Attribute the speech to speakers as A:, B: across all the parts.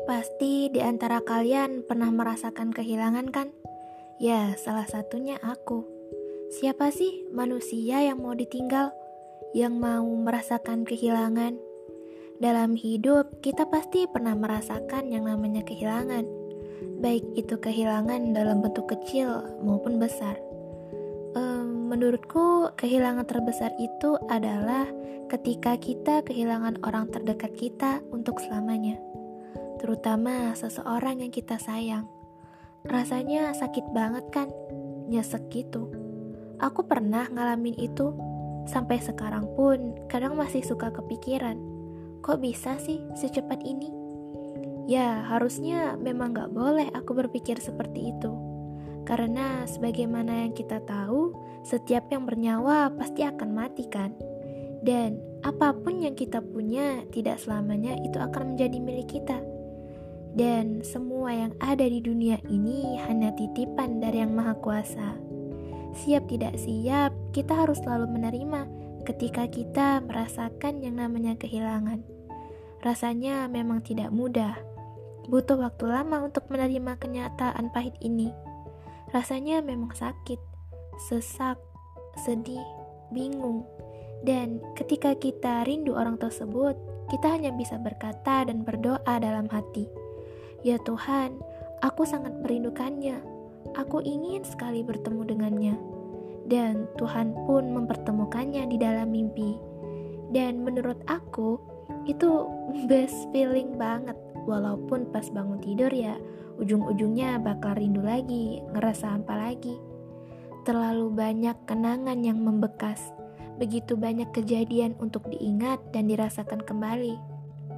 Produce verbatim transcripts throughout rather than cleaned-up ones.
A: Pasti di antara kalian pernah merasakan kehilangan kan? Ya, salah satunya aku. Siapa sih manusia yang mau ditinggal? Yang mau merasakan kehilangan? Dalam hidup, kita pasti pernah merasakan yang namanya kehilangan. Baik itu kehilangan dalam bentuk kecil maupun besar. Ehm, menurutku, kehilangan terbesar itu adalah ketika kita kehilangan orang terdekat kita untuk selamanya. Terutama seseorang yang kita sayang. Rasanya sakit banget kan? Nyesek gitu. Aku pernah ngalamin itu. Sampai sekarang pun kadang masih suka kepikiran. Kok bisa sih secepat ini? Ya, harusnya memang gak boleh aku berpikir seperti itu. Karena sebagaimana yang kita tahu, setiap yang bernyawa pasti akan mati kan? Dan apapun yang kita punya tidak selamanya itu akan menjadi milik kita. Dan semua yang ada di dunia ini hanya titipan dari Yang Maha Kuasa. Siap tidak siap, kita harus selalu menerima ketika kita merasakan yang namanya kehilangan. Rasanya memang tidak mudah. Butuh waktu lama untuk menerima kenyataan pahit ini. Rasanya memang sakit, sesak, sedih, bingung. Dan ketika kita rindu orang tersebut, kita hanya bisa berkata dan berdoa dalam hati. Ya Tuhan, aku sangat merindukannya. Aku ingin sekali bertemu dengannya. Dan Tuhan pun mempertemukannya di dalam mimpi. Dan menurut aku, itu best feeling banget. Walaupun pas bangun tidur ya, ujung-ujungnya bakal rindu lagi, ngerasa hampa lagi. Terlalu banyak kenangan yang membekas. Begitu banyak kejadian untuk diingat dan dirasakan kembali.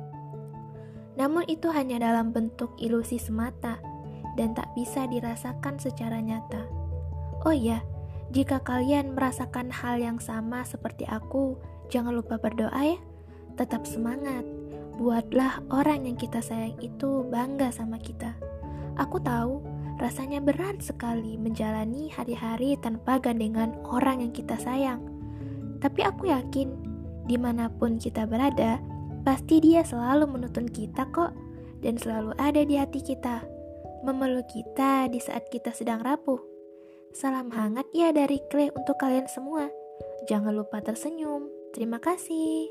A: Namun itu hanya dalam bentuk ilusi semata dan tak bisa dirasakan secara nyata. Oh iya, jika kalian merasakan hal yang sama seperti aku, jangan lupa berdoa ya. Tetap semangat. Buatlah orang yang kita sayang itu bangga sama kita. Aku tahu rasanya berat sekali menjalani hari-hari tanpa gandengan orang yang kita sayang. Tapi aku yakin, dimanapun kita berada, pasti dia selalu menuntun kita kok, dan selalu ada di hati kita, memeluk kita di saat kita sedang rapuh. Salam hangat ya dari Clay untuk kalian semua. Jangan lupa tersenyum. Terima kasih.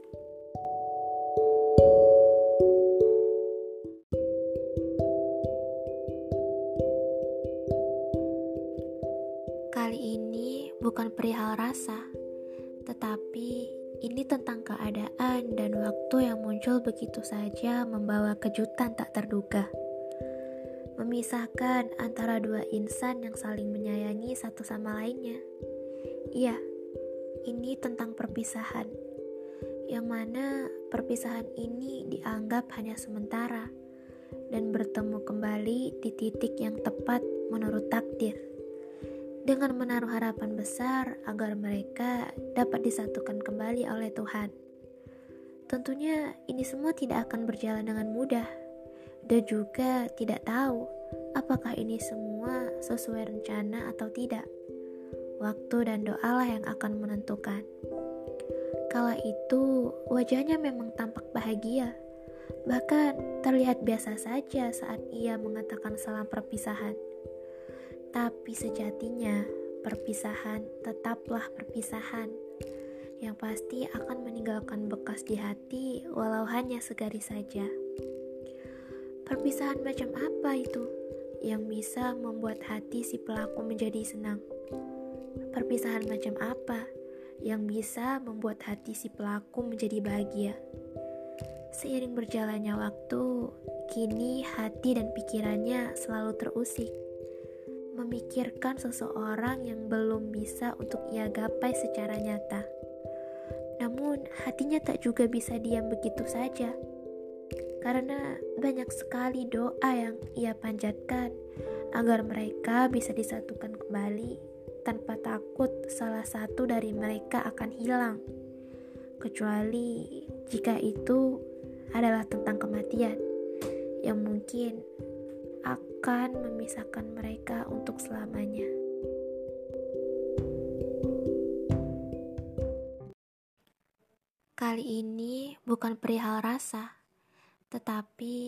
A: Kali ini bukan perihal rasa, tetapi ini tentang keadaan dan waktu yang muncul begitu saja membawa kejutan tak terduga. Memisahkan antara dua insan yang saling menyayangi satu sama lainnya. Iya, ini tentang perpisahan. Yang mana perpisahan ini dianggap hanya sementara dan bertemu kembali di titik yang tepat menurut takdir. Dengan menaruh harapan besar agar mereka dapat disatukan kembali oleh Tuhan. Tentunya ini semua tidak akan berjalan dengan mudah, dan juga tidak tahu apakah ini semua sesuai rencana atau tidak. Waktu dan doalah yang akan menentukan. Kala itu wajahnya memang tampak bahagia, bahkan terlihat biasa saja saat ia mengatakan salam perpisahan. Tapi sejatinya, perpisahan tetaplah perpisahan, yang pasti akan meninggalkan bekas di hati walau hanya segaris saja. Perpisahan macam apa itu yang bisa membuat hati si pelaku menjadi senang? Perpisahan macam apa yang bisa membuat hati si pelaku menjadi bahagia? Seiring berjalannya waktu, kini hati dan pikirannya selalu terusik, memikirkan seseorang yang belum bisa untuk ia gapai secara nyata. Namun hatinya tak juga bisa diam begitu saja, karena banyak sekali doa yang ia panjatkan agar mereka bisa disatukan kembali tanpa takut salah satu dari mereka akan hilang, kecuali jika itu adalah tentang kematian yang mungkin akan memisahkan mereka untuk selamanya. Kali ini bukan perihal rasa, tetapi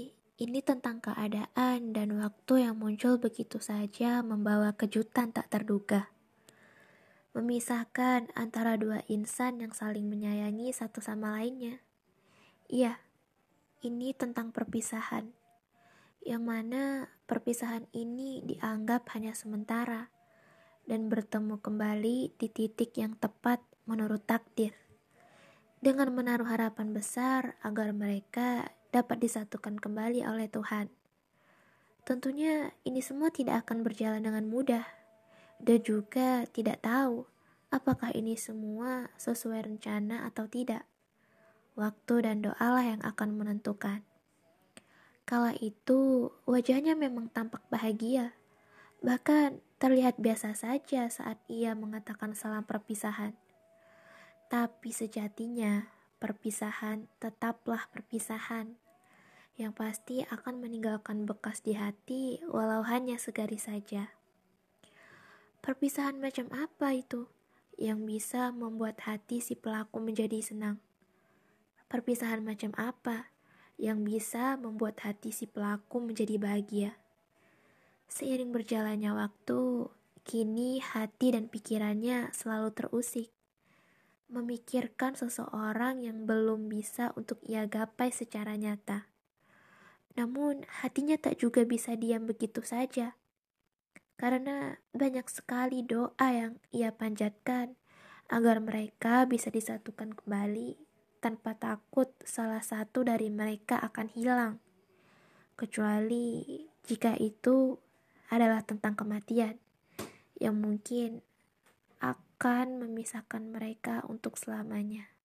A: Ini tentang keadaan dan waktu yang muncul begitu saja membawa kejutan tak terduga. Memisahkan antara dua insan yang saling menyayangi satu sama lainnya. Iya, ini tentang perpisahan. Yang mana perpisahan ini dianggap hanya sementara dan bertemu kembali di titik yang tepat menurut takdir. Dengan menaruh harapan besar agar mereka dapat disatukan kembali oleh Tuhan. Tentunya ini semua tidak akan berjalan dengan mudah. Dan juga tidak tahu apakah ini semua sesuai rencana atau tidak. Waktu dan doalah yang akan menentukan. Kala itu wajahnya memang tampak bahagia. Bahkan terlihat biasa saja saat ia mengatakan salam perpisahan. Tapi sejatinya perpisahan tetaplah perpisahan. Yang pasti akan meninggalkan bekas di hati walau hanya segaris saja. Perpisahan macam apa itu yang bisa membuat hati si pelaku menjadi senang? Perpisahan macam apa yang bisa membuat hati si pelaku menjadi bahagia? Seiring berjalannya waktu, kini hati dan pikirannya selalu terusik, memikirkan seseorang yang belum bisa untuk ia gapai secara nyata. Namun hatinya tak juga bisa diam begitu saja. Karena banyak sekali doa yang ia panjatkan agar mereka bisa disatukan kembali tanpa takut salah satu dari mereka akan hilang. Kecuali jika itu adalah tentang kematian yang mungkin akan memisahkan mereka untuk selamanya.